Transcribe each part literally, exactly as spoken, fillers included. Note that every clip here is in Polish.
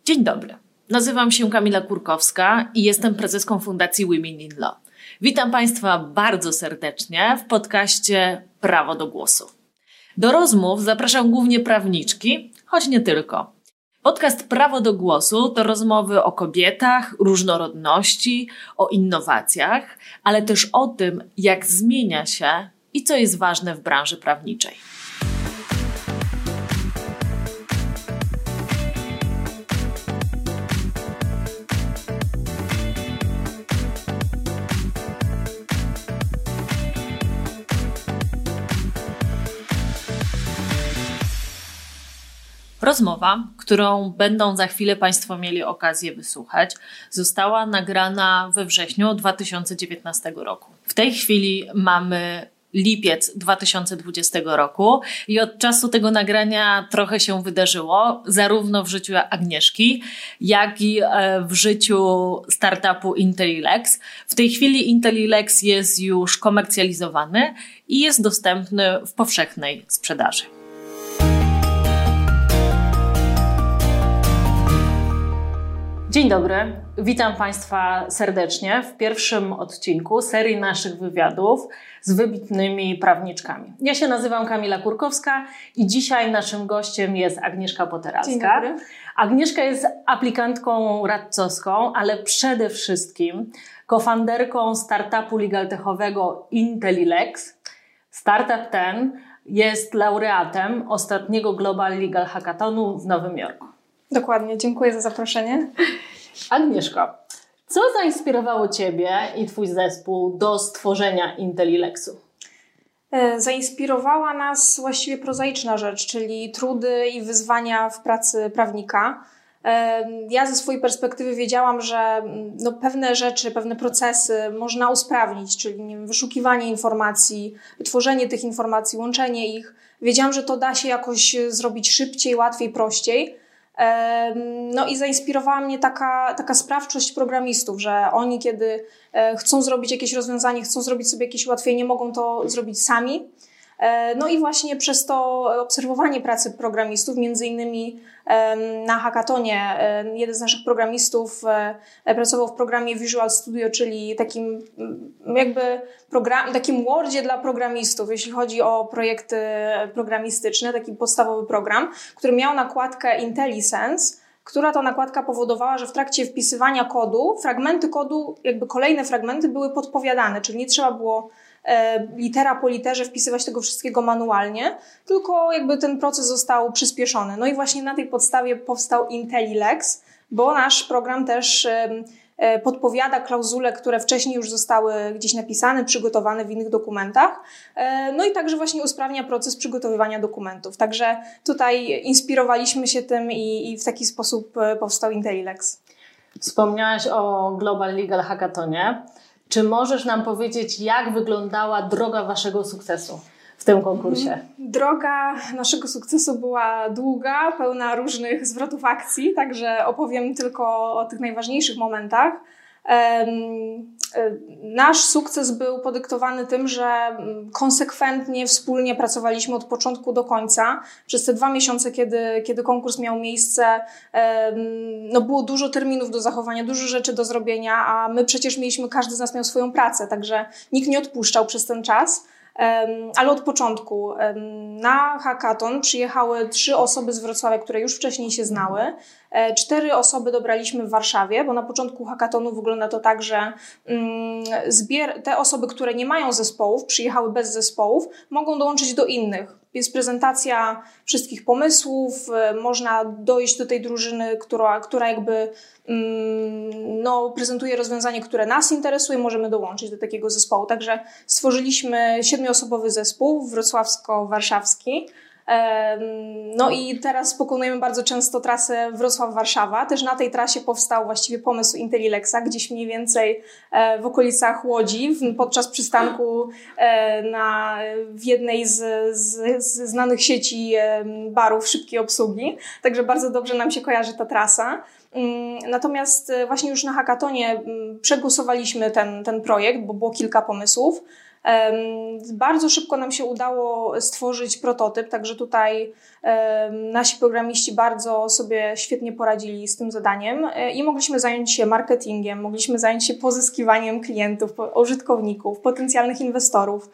Dzień dobry, nazywam się Kamila Kurkowska i jestem prezeską Fundacji Women in Law. Witam Państwa bardzo serdecznie w podcaście Prawo do Głosu. Do rozmów zapraszam głównie prawniczki, choć nie tylko. Podcast Prawo do Głosu to rozmowy o kobietach, różnorodności, o innowacjach, ale też o tym, jak zmienia się i co jest ważne w branży prawniczej. Rozmowa, którą będą za chwilę Państwo mieli okazję wysłuchać, została nagrana we wrześniu dwa tysiące dziewiętnastego roku. W tej chwili mamy lipiec dwa tysiące dwudziestego roku i od czasu tego nagrania trochę się wydarzyło, zarówno w życiu Agnieszki, jak i w życiu startupu Intellilex. W tej chwili Intellilex jest już komercjalizowany i jest dostępny w powszechnej sprzedaży. Dzień dobry, witam Państwa serdecznie w pierwszym odcinku serii naszych wywiadów z wybitnymi prawniczkami. Ja się nazywam Kamila Kurkowska i dzisiaj naszym gościem jest Agnieszka Poteralska. Dzień dobry. Agnieszka jest aplikantką radcowską, ale przede wszystkim cofounderką startupu legaltechowego Intellilex. Startup ten jest laureatem ostatniego Global Legal Hackathonu w Nowym Jorku. Dokładnie, dziękuję za zaproszenie. Agnieszko, co zainspirowało Ciebie i Twój zespół do stworzenia Intellilexu? Zainspirowała nas właściwie prozaiczna rzecz, czyli trudy i wyzwania w pracy prawnika. Ja ze swojej perspektywy wiedziałam, że no pewne rzeczy, pewne procesy można usprawnić, czyli nie wiem, wyszukiwanie informacji, wytworzenie tych informacji, łączenie ich. Wiedziałam, że to da się jakoś zrobić szybciej, łatwiej, prościej. No i zainspirowała mnie taka, taka sprawczość programistów, że oni kiedy chcą zrobić jakieś rozwiązanie, chcą zrobić sobie jakieś ułatwienie, mogą to zrobić sami. No i właśnie przez to obserwowanie pracy programistów, między innymi na hackatonie jeden z naszych programistów pracował w programie Visual Studio, czyli takim jakby program, takim Wordzie dla programistów, jeśli chodzi o projekty programistyczne, taki podstawowy program, który miał nakładkę IntelliSense, która to nakładka powodowała, że w trakcie wpisywania kodu, fragmenty kodu, jakby kolejne fragmenty były podpowiadane, czyli nie trzeba było litera po literze wpisywać tego wszystkiego manualnie, tylko jakby ten proces został przyspieszony. No i właśnie na tej podstawie powstał Intellilex, bo nasz program też podpowiada klauzule, które wcześniej już zostały gdzieś napisane, przygotowane w innych dokumentach. No i także właśnie usprawnia proces przygotowywania dokumentów. Także tutaj inspirowaliśmy się tym i, i w taki sposób powstał Intellilex. Wspomniałaś o Global Legal Hackathonie. Czy możesz nam powiedzieć, jak wyglądała droga Waszego sukcesu w tym konkursie? Droga naszego sukcesu była długa, pełna różnych zwrotów akcji, także opowiem tylko o tych najważniejszych momentach. Nasz sukces był podyktowany tym, że konsekwentnie wspólnie pracowaliśmy od początku do końca. Przez te dwa miesiące, kiedy, kiedy konkurs miał miejsce, no było dużo terminów do zachowania, dużo rzeczy do zrobienia, a my przecież mieliśmy, każdy z nas miał swoją pracę, także nikt nie odpuszczał przez ten czas. Ale od początku na hackathon przyjechały trzy osoby z Wrocławia, które już wcześniej się znały. Cztery osoby dobraliśmy w Warszawie, bo na początku hackathonu wygląda to tak, że zbier- te osoby, które nie mają zespołów, przyjechały bez zespołów, mogą dołączyć do innych. Jest prezentacja wszystkich pomysłów, można dojść do tej drużyny, która, która jakby no, prezentuje rozwiązanie, które nas interesuje, możemy dołączyć do takiego zespołu. Także stworzyliśmy siedmioosobowy zespół wrocławsko-warszawski. No i teraz pokonujemy bardzo często trasę Wrocław-Warszawa. Też na tej trasie powstał właściwie pomysł Intellilexa, gdzieś mniej więcej w okolicach Łodzi, podczas przystanku na, w jednej z, z, z znanych sieci barów szybkiej obsługi. Także bardzo dobrze nam się kojarzy ta trasa. Natomiast właśnie już na hackatonie przegłosowaliśmy ten, ten projekt, bo było kilka pomysłów. Bardzo szybko nam się udało stworzyć prototyp, także tutaj nasi programiści bardzo sobie świetnie poradzili z tym zadaniem i mogliśmy zająć się marketingiem, mogliśmy zająć się pozyskiwaniem klientów, użytkowników, potencjalnych inwestorów.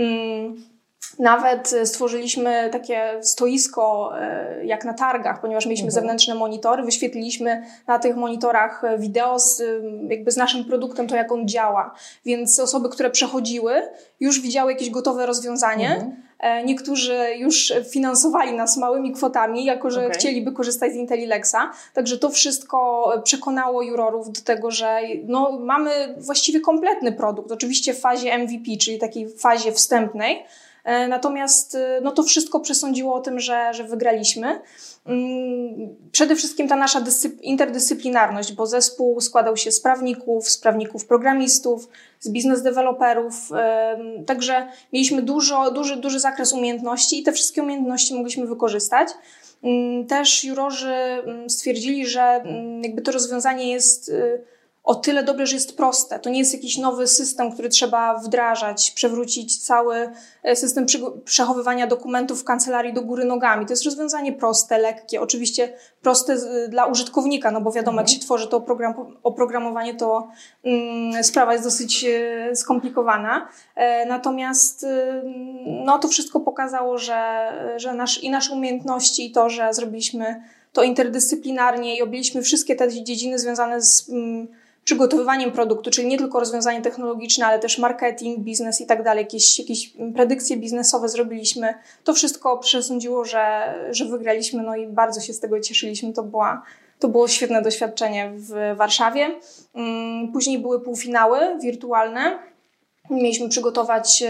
Nawet stworzyliśmy takie stoisko jak na targach, ponieważ mieliśmy mhm. zewnętrzne monitory, wyświetliliśmy na tych monitorach wideo z, jakby z naszym produktem, to jak on działa. Więc osoby, które przechodziły, już widziały jakieś gotowe rozwiązanie. Mhm. Niektórzy już finansowali nas małymi kwotami, jako że okay. chcieliby korzystać z IntelliLexa. Także to wszystko przekonało jurorów do tego, że no, mamy właściwie kompletny produkt. Oczywiście w fazie M V P, czyli takiej fazie wstępnej. Natomiast no, to wszystko przesądziło o tym, że, że wygraliśmy. Przede wszystkim ta nasza dyscyp- interdyscyplinarność, bo zespół składał się z prawników, z prawników programistów, z biznes deweloperów, także mieliśmy dużo, duży, duży zakres umiejętności i te wszystkie umiejętności mogliśmy wykorzystać. Też jurorzy stwierdzili, że jakby to rozwiązanie jest o tyle dobre, że jest proste. To nie jest jakiś nowy system, który trzeba wdrażać, przewrócić cały system przechowywania dokumentów w kancelarii do góry nogami. To jest rozwiązanie proste, lekkie, oczywiście proste dla użytkownika, no bo wiadomo, mhm. jak się tworzy to oprogram- oprogramowanie, to mm, sprawa jest dosyć e, skomplikowana. E, natomiast e, no, to wszystko pokazało, że, że nasz, i nasze umiejętności, i to, że zrobiliśmy to interdyscyplinarnie i objęliśmy wszystkie te dziedziny związane z mm, przygotowywaniem produktu, czyli nie tylko rozwiązanie technologiczne, ale też marketing, biznes i tak dalej, jakieś, jakieś predykcje biznesowe zrobiliśmy. To wszystko przesądziło, że, że wygraliśmy, no i bardzo się z tego cieszyliśmy. To, była, to było świetne doświadczenie w Warszawie. Później były półfinały wirtualne. Mieliśmy przygotować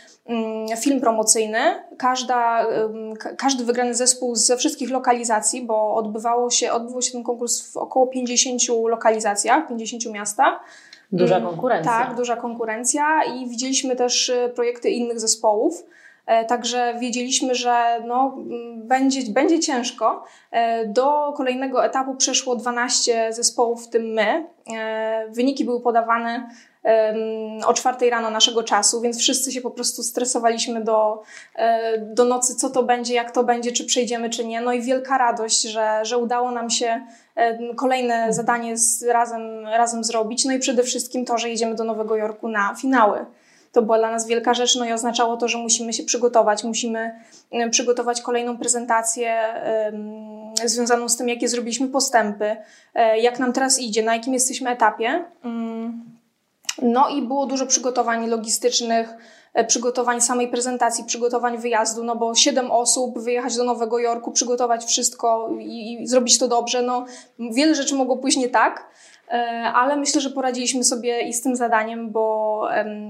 film promocyjny. Każda, każdy wygrany zespół ze wszystkich lokalizacji, bo odbywało się, odbywał się ten konkurs w około pięćdziesięciu lokalizacjach, pięćdziesięciu miastach. Duża konkurencja. Tak, duża konkurencja i widzieliśmy też projekty innych zespołów. Także wiedzieliśmy, że no, będzie, będzie ciężko. Do kolejnego etapu przeszło dwanaście zespołów, w tym my. Wyniki były podawane o czwartej rano naszego czasu, więc wszyscy się po prostu stresowaliśmy do, do nocy, co to będzie, jak to będzie, czy przejdziemy, czy nie. No i wielka radość, że, że udało nam się kolejne zadanie z, razem, razem zrobić. No i przede wszystkim to, że jedziemy do Nowego Jorku na finały. To była dla nas wielka rzecz, no i oznaczało to, że musimy się przygotować, musimy przygotować kolejną prezentację um, związaną z tym, jakie zrobiliśmy postępy, jak nam teraz idzie, na jakim jesteśmy etapie. Um, no i było dużo przygotowań logistycznych, przygotowań samej prezentacji, przygotowań wyjazdu, no bo siedem osób, wyjechać do Nowego Jorku, przygotować wszystko i, i zrobić to dobrze, no wiele rzeczy mogło pójść nie tak, ale myślę, że poradziliśmy sobie i z tym zadaniem, bo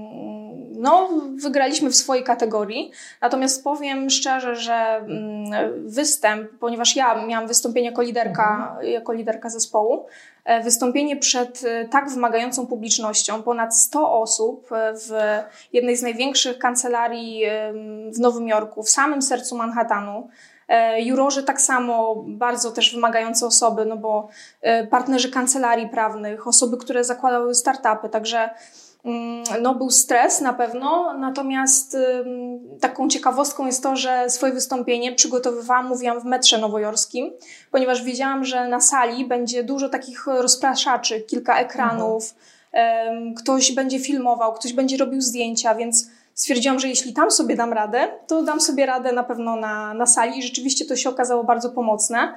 no, wygraliśmy w swojej kategorii. Natomiast powiem szczerze, że występ, ponieważ ja miałam wystąpienie jako liderka, jako liderka zespołu, wystąpienie przed tak wymagającą publicznością, ponad sto osób w jednej z największych kancelarii w Nowym Jorku, w samym sercu Manhattanu. Jurorzy tak samo, bardzo też wymagające osoby, no bo partnerzy kancelarii prawnych, osoby, które zakładały startupy, także no, był stres na pewno, natomiast taką ciekawostką jest to, że swoje wystąpienie przygotowywałam, mówiłam w metrze nowojorskim, ponieważ wiedziałam, że na sali będzie dużo takich rozpraszaczy, kilka ekranów, mhm. ktoś będzie filmował, ktoś będzie robił zdjęcia, więc stwierdziłam, że jeśli tam sobie dam radę, to dam sobie radę na pewno na, na sali i rzeczywiście to się okazało bardzo pomocne.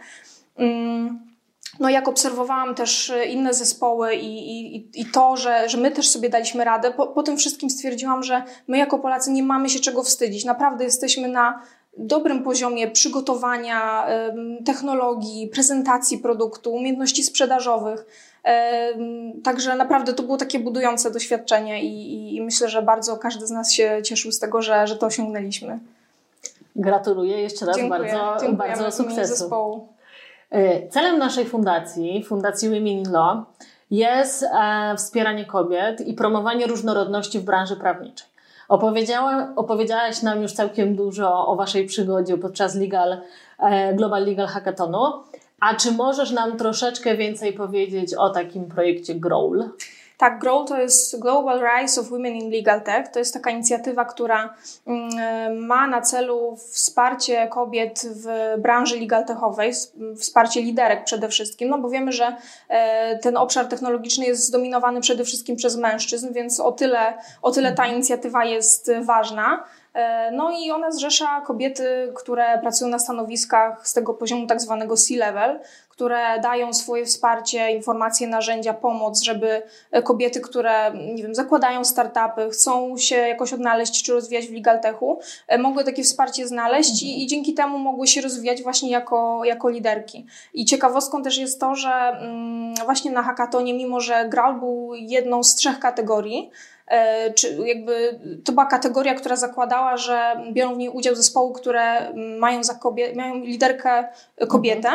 No jak obserwowałam też inne zespoły i, i, i to, że, że my też sobie daliśmy radę, po, po tym wszystkim stwierdziłam, że my jako Polacy nie mamy się czego wstydzić. Naprawdę jesteśmy na dobrym poziomie przygotowania, technologii, prezentacji produktu, umiejętności sprzedażowych. Także naprawdę to było takie budujące doświadczenie i, i myślę, że bardzo każdy z nas się cieszył z tego, że, że to osiągnęliśmy. Gratuluję jeszcze raz Dziękuję. bardzo, bardzo sukcesu. Zespołu. Celem naszej fundacji, Fundacji Women in Law, jest e, wspieranie kobiet i promowanie różnorodności w branży prawniczej. Opowiedziała, opowiedziałaś nam już całkiem dużo o waszej przygodzie podczas Legal, e, Global Legal Hackathonu. A czy możesz nam troszeczkę więcej powiedzieć o takim projekcie Growl? Tak, GROW to jest Global Rise of Women in Legal Tech. To jest taka inicjatywa, która ma na celu wsparcie kobiet w branży legal techowej, wsparcie liderek przede wszystkim, no bo wiemy, że ten obszar technologiczny jest zdominowany przede wszystkim przez mężczyzn, więc o tyle, o tyle ta inicjatywa jest ważna. No i ona zrzesza kobiety, które pracują na stanowiskach z tego poziomu tak zwanego C-level, które dają swoje wsparcie, informacje, narzędzia, pomoc, żeby kobiety, które, nie wiem, zakładają startupy, chcą się jakoś odnaleźć czy rozwijać w legal techu, mogły takie wsparcie znaleźć i, i dzięki temu mogły się rozwijać właśnie jako, jako liderki. I ciekawostką też jest to, że mm, właśnie na hackatonie, mimo że GRAL był jedną z trzech kategorii, czy jakby to była kategoria, która zakładała, że biorą w niej udział zespoły, które mają, za kobie- mają liderkę kobietę.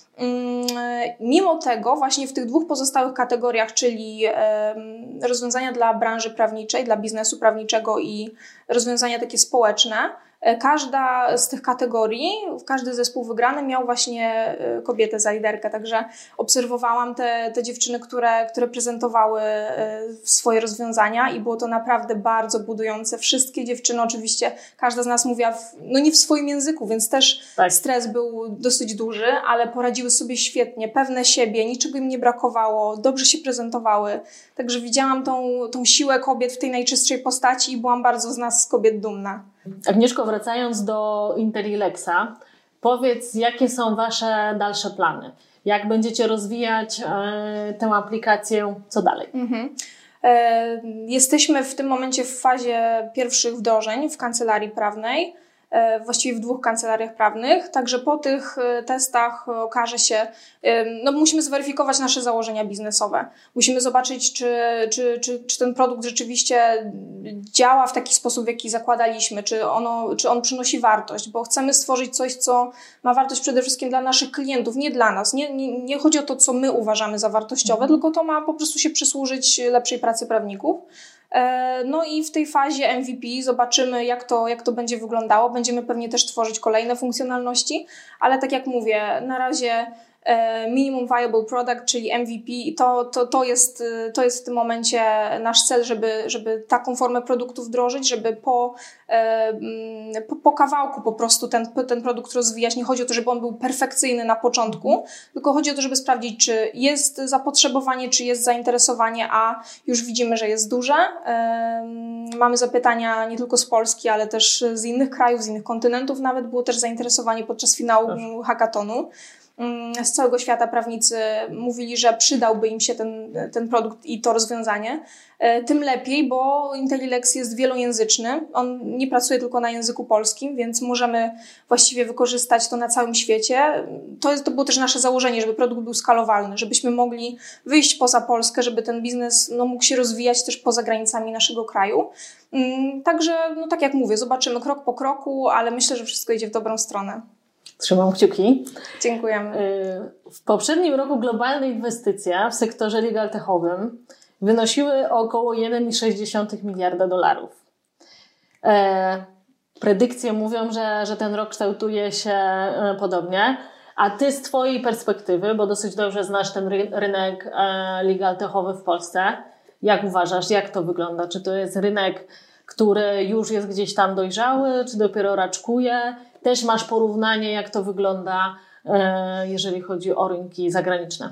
Mimo tego właśnie w tych dwóch pozostałych kategoriach, czyli rozwiązania dla branży prawniczej, dla biznesu prawniczego i rozwiązania takie społeczne, każda z tych kategorii, każdy zespół wygrany miał właśnie kobietę za liderkę, także obserwowałam te, te dziewczyny, które, które prezentowały swoje rozwiązania i było to naprawdę bardzo budujące. Wszystkie dziewczyny oczywiście, każda z nas mówiła w, no nie w swoim języku, więc też tak. Stres był dosyć duży, ale poradziły sobie świetnie, pewne siebie, niczego im nie brakowało, dobrze się prezentowały, także widziałam tą, tą siłę kobiet w tej najczystszej postaci i byłam bardzo z nas, z kobiet, dumna. Agnieszko, wracając do Intellilexa, powiedz, jakie są Wasze dalsze plany? Jak będziecie rozwijać e, tę aplikację? Co dalej? Mhm. E, jesteśmy w tym momencie w fazie pierwszych wdrożeń w kancelarii prawnej, e, właściwie w dwóch kancelariach prawnych, także po tych testach okaże się, e, no musimy zweryfikować nasze założenia biznesowe. Musimy zobaczyć, czy, czy, czy, czy ten produkt rzeczywiście działa w taki sposób, w jaki zakładaliśmy, czy, ono, czy on przynosi wartość, bo chcemy stworzyć coś, co ma wartość przede wszystkim dla naszych klientów, nie dla nas. Nie, nie, nie chodzi o to, co my uważamy za wartościowe, mhm. tylko to ma po prostu się przysłużyć lepszej pracy prawników. No i w tej fazie M V P zobaczymy, jak to, jak to będzie wyglądało. Będziemy pewnie też tworzyć kolejne funkcjonalności, ale tak jak mówię, na razie Minimum Viable Product, czyli M V P, i to, to, to, jest, to jest w tym momencie nasz cel, żeby, żeby taką formę produktu wdrożyć, żeby po, po, po kawałku po prostu ten, ten produkt rozwijać. Nie chodzi o to, żeby on był perfekcyjny na początku, tylko chodzi o to, żeby sprawdzić, czy jest zapotrzebowanie, czy jest zainteresowanie, a już widzimy, że jest duże. Mamy zapytania nie tylko z Polski, ale też z innych krajów, z innych kontynentów nawet. Było też zainteresowanie podczas finału hackatonu. Z całego świata prawnicy mówili, że przydałby im się ten, ten produkt i to rozwiązanie. Tym lepiej, bo Intellilex jest wielojęzyczny. On nie pracuje tylko na języku polskim, więc możemy właściwie wykorzystać to na całym świecie. To, jest, to było też nasze założenie, żeby produkt był skalowalny, żebyśmy mogli wyjść poza Polskę, żeby ten biznes no, mógł się rozwijać też poza granicami naszego kraju. Także, no, tak jak mówię, zobaczymy krok po kroku, ale myślę, że wszystko idzie w dobrą stronę. Trzymam kciuki. Dziękujemy. W poprzednim roku globalne inwestycje w sektorze legal techowym wynosiły około jeden przecinek sześć miliarda dolarów. E, predykcje mówią, że, że ten rok kształtuje się podobnie. A Ty z Twojej perspektywy, bo dosyć dobrze znasz ten ry- rynek e, legal techowy w Polsce, jak uważasz, jak to wygląda? Czy to jest rynek, który już jest gdzieś tam dojrzały, czy dopiero raczkuje? Też masz porównanie, jak to wygląda, jeżeli chodzi o rynki zagraniczne?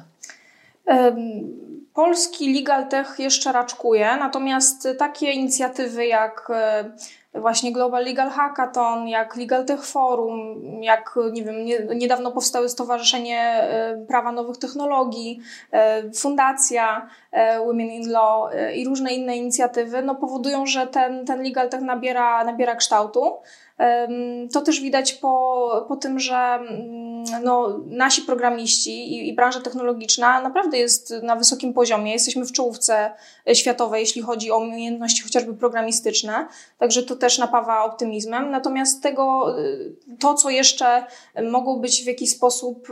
Polski legal tech jeszcze raczkuje, natomiast takie inicjatywy jak właśnie Global Legal Hackathon, jak Legal Tech Forum, jak nie wiem, nie, niedawno powstały Stowarzyszenie Prawa Nowych Technologii, Fundacja Women in Law i różne inne inicjatywy, no powodują, że ten, ten legal tech nabiera, nabiera kształtu. To też widać po, po tym, że no, nasi programiści i, i branża technologiczna naprawdę jest na wysokim poziomie. Jesteśmy w czołówce światowej, jeśli chodzi o umiejętności chociażby programistyczne, także to też napawa optymizmem. Natomiast tego, to co jeszcze mogło być w jakiś sposób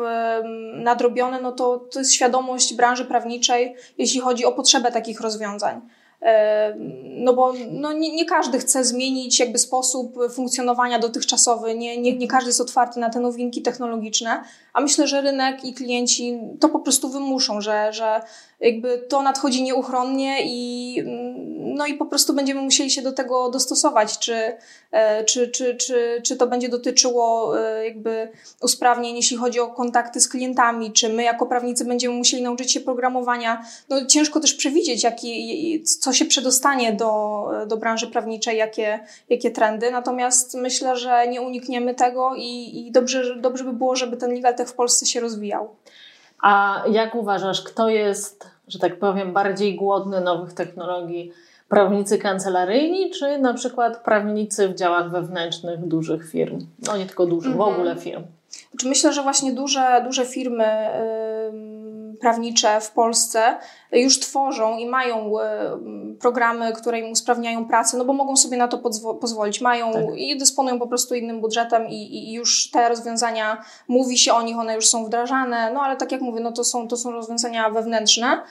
nadrobione, no to, to jest świadomość branży prawniczej, jeśli chodzi o potrzebę takich rozwiązań. no bo no nie, nie każdy chce zmienić jakby sposób funkcjonowania dotychczasowy, nie, nie, nie każdy jest otwarty na te nowinki technologiczne, a myślę, że rynek i klienci to po prostu wymuszą, że, że jakby to nadchodzi nieuchronnie i, no i po prostu będziemy musieli się do tego dostosować, czy, czy, czy, czy, czy to będzie dotyczyło jakby usprawnień, jeśli chodzi o kontakty z klientami, czy my jako prawnicy będziemy musieli nauczyć się programowania. No ciężko też przewidzieć, jaki, co się przedostanie do, do branży prawniczej, jakie, jakie trendy, natomiast myślę, że nie unikniemy tego i, i dobrze, dobrze by było, żeby ten legal tech w Polsce się rozwijał. A jak uważasz, kto jest, że tak powiem, bardziej głodny nowych technologii? Prawnicy kancelaryjni, czy na przykład prawnicy w działach wewnętrznych dużych firm? No nie tylko dużych, mm-hmm. w ogóle firm. Znaczy myślę, że właśnie duże, duże firmy yy, prawnicze w Polsce już tworzą i mają yy, programy, które im usprawniają pracę, no bo mogą sobie na to pozwo- pozwolić. Mają tak. i dysponują po prostu innym budżetem i, i już te rozwiązania, mówi się o nich, one już są wdrażane, no ale tak jak mówię, no to są, to są rozwiązania wewnętrzne.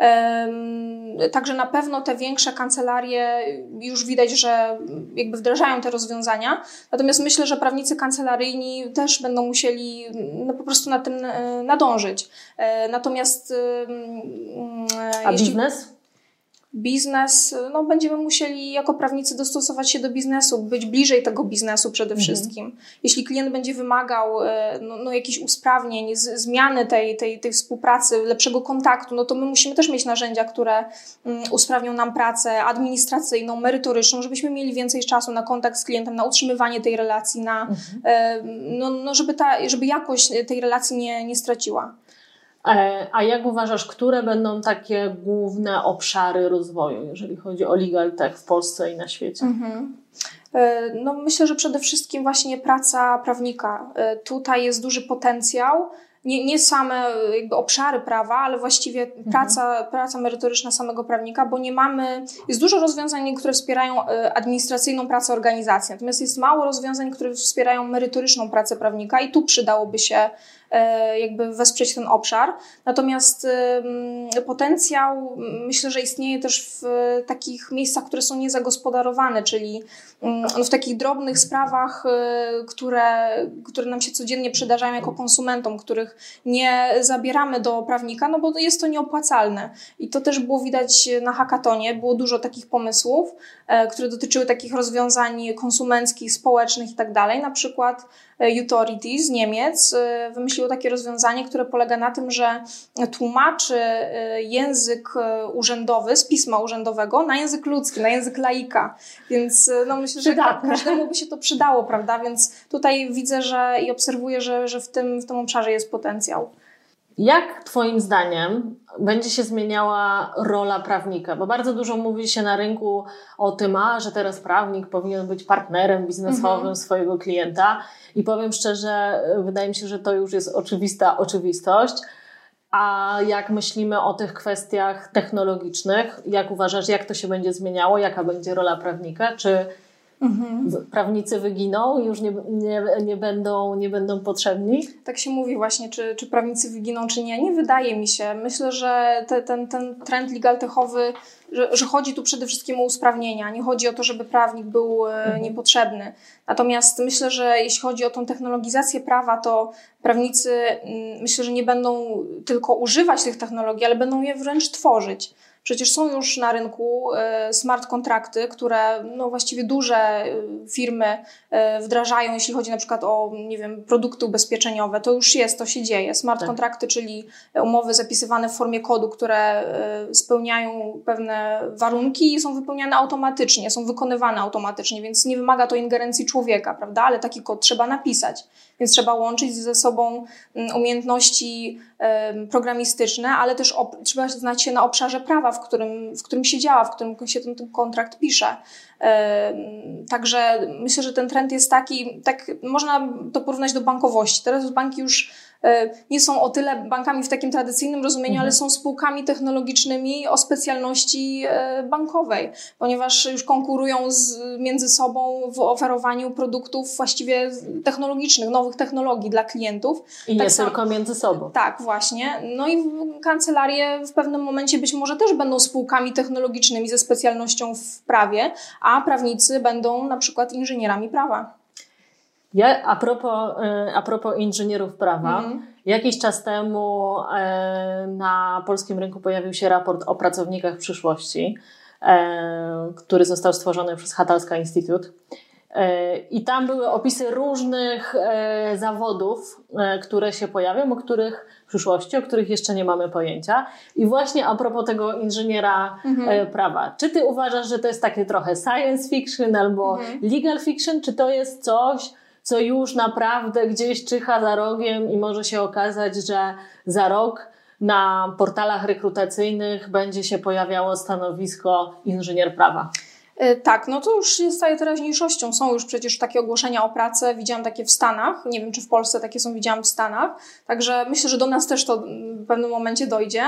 Także na pewno te większe kancelarie już widać, że jakby wdrażają te rozwiązania. Natomiast myślę, że prawnicy kancelaryjni też będą musieli no, po prostu na tym nadążyć. Natomiast A jeśli... biznes? Biznes, no będziemy musieli jako prawnicy dostosować się do biznesu, być bliżej tego biznesu przede mhm. wszystkim. Jeśli klient będzie wymagał no, no, jakichś usprawnień, z, zmiany tej, tej, tej współpracy, lepszego kontaktu, no to my musimy też mieć narzędzia, które um, usprawnią nam pracę administracyjną, merytoryczną, żebyśmy mieli więcej czasu na kontakt z klientem, na utrzymywanie tej relacji, na, mhm. e, no, no żeby, ta, żeby jakość tej relacji nie, nie straciła. A jak uważasz, które będą takie główne obszary rozwoju, jeżeli chodzi o legal tech w Polsce i na świecie? Mhm. No myślę, że przede wszystkim właśnie praca prawnika. Tutaj jest duży potencjał. Nie, nie same jakby obszary prawa, ale właściwie mhm. praca, praca merytoryczna samego prawnika, bo nie mamy, jest dużo rozwiązań, które wspierają administracyjną pracę organizacji, natomiast jest mało rozwiązań, które wspierają merytoryczną pracę prawnika i tu przydałoby się jakby wesprzeć ten obszar. Natomiast potencjał myślę, że istnieje też w takich miejscach, które są niezagospodarowane, czyli w takich drobnych sprawach, które, które nam się codziennie przydarzają jako konsumentom, których nie zabieramy do prawnika, no bo jest to nieopłacalne. I to też było widać na hackatonie, było dużo takich pomysłów, które dotyczyły takich rozwiązań konsumenckich, społecznych i tak dalej. Na przykład Utority z Niemiec wymyśliło takie rozwiązanie, które polega na tym, że tłumaczy język urzędowy z pisma urzędowego na język ludzki, na język laika. Więc no myślę, że ka- każdemu by się to przydało, prawda? Więc tutaj widzę, że i obserwuję, że, że w tym, w tym obszarze jest potencjał. Jak Twoim zdaniem będzie się zmieniała rola prawnika? Bo bardzo dużo mówi się na rynku o tym, a, że teraz prawnik powinien być partnerem biznesowym mhm. swojego klienta. I powiem szczerze, wydaje mi się, że to już jest oczywista oczywistość. A jak myślimy o tych kwestiach technologicznych, jak uważasz, jak to się będzie zmieniało? Jaka będzie rola prawnika? Czy Mhm. prawnicy wyginą, już nie, nie, nie, będą, nie będą potrzebni? Tak się mówi właśnie, czy, czy prawnicy wyginą, czy nie. Nie wydaje mi się. Myślę, że te, ten, ten trend legal techowy, że, że chodzi tu przede wszystkim o usprawnienia. Nie chodzi o to, żeby prawnik był mhm. niepotrzebny. Natomiast myślę, że jeśli chodzi o tą technologizację prawa, to prawnicy myślę, że nie będą tylko używać tych technologii, ale będą je wręcz tworzyć. Przecież są już na rynku smart kontrakty, które no właściwie duże firmy wdrażają, jeśli chodzi na przykład o, nie wiem, produkty ubezpieczeniowe. To już jest, to się dzieje. Smart tak. kontrakty, czyli umowy zapisywane w formie kodu, które spełniają pewne warunki i są wypełniane automatycznie, są wykonywane automatycznie, więc nie wymaga to ingerencji człowieka, prawda? Ale taki kod trzeba napisać, więc trzeba łączyć ze sobą umiejętności programistyczne, ale też op- trzeba znać się na obszarze prawa, w którym, w którym się działa, w którym się ten, ten kontrakt pisze. Także myślę, że ten trend jest taki, tak można to porównać do bankowości. Teraz banki już nie są o tyle bankami w takim tradycyjnym rozumieniu, mhm. ale są spółkami technologicznymi o specjalności bankowej, ponieważ już konkurują z, między sobą w oferowaniu produktów właściwie technologicznych, nowych technologii dla klientów. I tak nie sam, tylko między sobą. Tak, właśnie. No i kancelarie w pewnym momencie być może też będą spółkami technologicznymi ze specjalnością w prawie, a prawnicy będą na przykład inżynierami prawa. Ja a propos, a propos inżynierów prawa, mhm. jakiś czas temu na polskim rynku pojawił się raport o pracownikach przyszłości, który został stworzony przez Hatalska Instytut. I tam były opisy różnych zawodów, które się pojawią, o których w przyszłości, o których jeszcze nie mamy pojęcia. I właśnie a propos tego inżyniera mhm. prawa. Czy ty uważasz, że to jest takie trochę science fiction albo mhm. legal fiction? Czy to jest coś, co już naprawdę gdzieś czyha za rogiem i może się okazać, że za rok na portalach rekrutacyjnych będzie się pojawiało stanowisko inżynier prawa? Tak, no to już jest staje teraźniejszością. Są już przecież takie ogłoszenia o pracę, widziałam takie w Stanach, nie wiem czy w Polsce takie są, widziałam w Stanach, także myślę, że do nas też to w pewnym momencie dojdzie.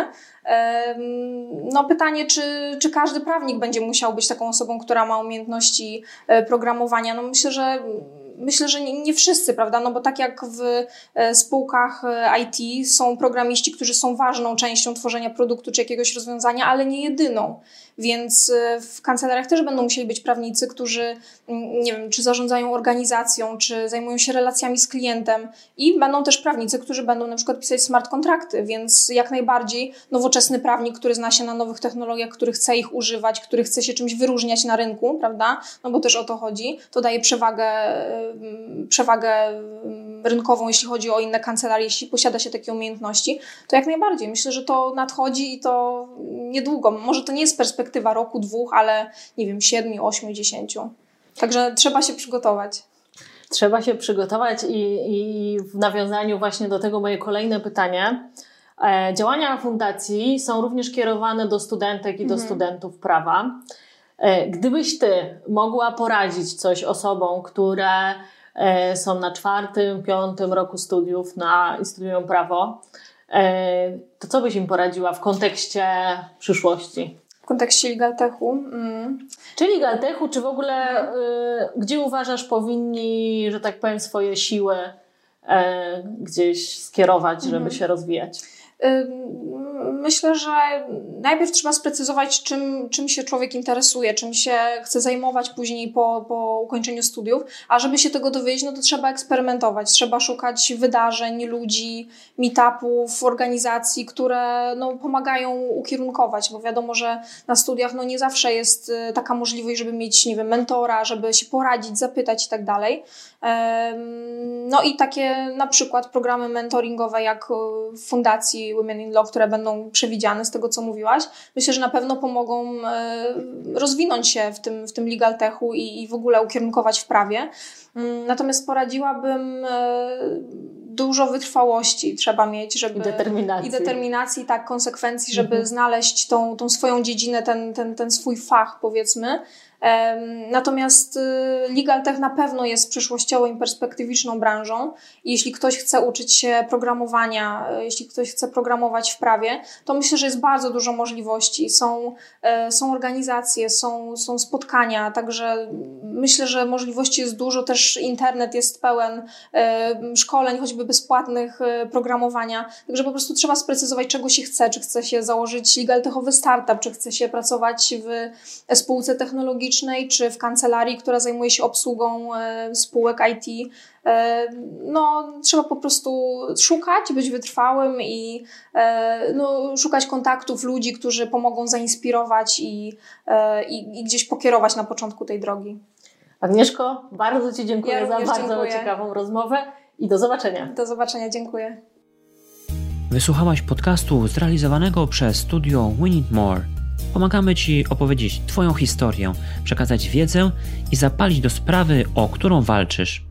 No pytanie, czy, czy każdy prawnik będzie musiał być taką osobą, która ma umiejętności programowania? No myślę, że Myślę, że nie, nie wszyscy, prawda? No bo tak jak w spółkach I T są programiści, którzy są ważną częścią tworzenia produktu czy jakiegoś rozwiązania, ale nie jedyną. Więc w kancelariach też będą musieli być prawnicy, którzy, nie wiem, czy zarządzają organizacją, czy zajmują się relacjami z klientem i będą też prawnicy, którzy będą na przykład pisać smart kontrakty, więc jak najbardziej nowoczesny prawnik, który zna się na nowych technologiach, który chce ich używać, który chce się czymś wyróżniać na rynku, prawda? No bo też o to chodzi, to daje przewagę, przewagę rynkową, jeśli chodzi o inne kancelarie, jeśli posiada się takie umiejętności, to jak najbardziej. Myślę, że to nadchodzi i to niedługo. Może to nie jest perspektywa roku, dwóch, ale nie wiem, siedmiu, ośmiu, dziesięciu. Także trzeba się przygotować. Trzeba się przygotować i, i w nawiązaniu właśnie do tego moje kolejne pytanie. E, działania fundacji są również kierowane do studentek i mhm. do studentów prawa. E, gdybyś ty mogła poradzić coś osobom, które e, są na czwartym, piątym roku studiów na, i studiują prawo, e, to co byś im poradziła w kontekście przyszłości? W kontekście LegalTechu? Mm. Czy LegalTechu, czy w ogóle y, gdzie uważasz powinni, że tak powiem, swoje siły y, gdzieś skierować, żeby mm. się rozwijać? Myślę, że najpierw trzeba sprecyzować, czym, czym się człowiek interesuje, czym się chce zajmować później po, po ukończeniu studiów, a żeby się tego dowiedzieć, no to trzeba eksperymentować, trzeba szukać wydarzeń, ludzi, meetupów, organizacji, które no, pomagają ukierunkować, bo wiadomo, że na studiach no, nie zawsze jest taka możliwość, żeby mieć, nie wiem, mentora, żeby się poradzić, zapytać i tak dalej. No i takie na przykład programy mentoringowe jak w Fundacji Women in Law, które będą przewidziane z tego, co mówiłaś, myślę, że na pewno pomogą rozwinąć się w tym, w tym LegalTechu i, i w ogóle ukierunkować w prawie. Natomiast poradziłabym dużo wytrwałości trzeba mieć, żeby... I determinacji. I determinacji, tak, konsekwencji, żeby mhm. znaleźć tą, tą swoją dziedzinę, ten, ten, ten swój fach, powiedzmy. Natomiast LegalTech na pewno jest przyszłościową i perspektywiczną branżą i jeśli ktoś chce uczyć się programowania, jeśli ktoś chce programować w prawie, to myślę, że jest bardzo dużo możliwości. Są, są organizacje, są, są spotkania, także myślę, że możliwości jest dużo, też internet jest pełen szkoleń, choćby bezpłatnych programowania, także po prostu trzeba sprecyzować, czego się chce, czy chce się założyć LegalTechowy startup, czy chce się pracować w spółce technologicznej, czy w kancelarii, która zajmuje się obsługą spółek I T. No, trzeba po prostu szukać, być wytrwałym i no, szukać kontaktów ludzi, którzy pomogą zainspirować i, i, i gdzieś pokierować na początku tej drogi. Agnieszko, bardzo Ci dziękuję ja za bardzo dziękuję. ciekawą rozmowę i do zobaczenia. Do zobaczenia, dziękuję. Wysłuchałaś podcastu zrealizowanego przez studio We Need More. Pomagamy Ci opowiedzieć Twoją historię, przekazać wiedzę i zapalić do sprawy, o którą walczysz.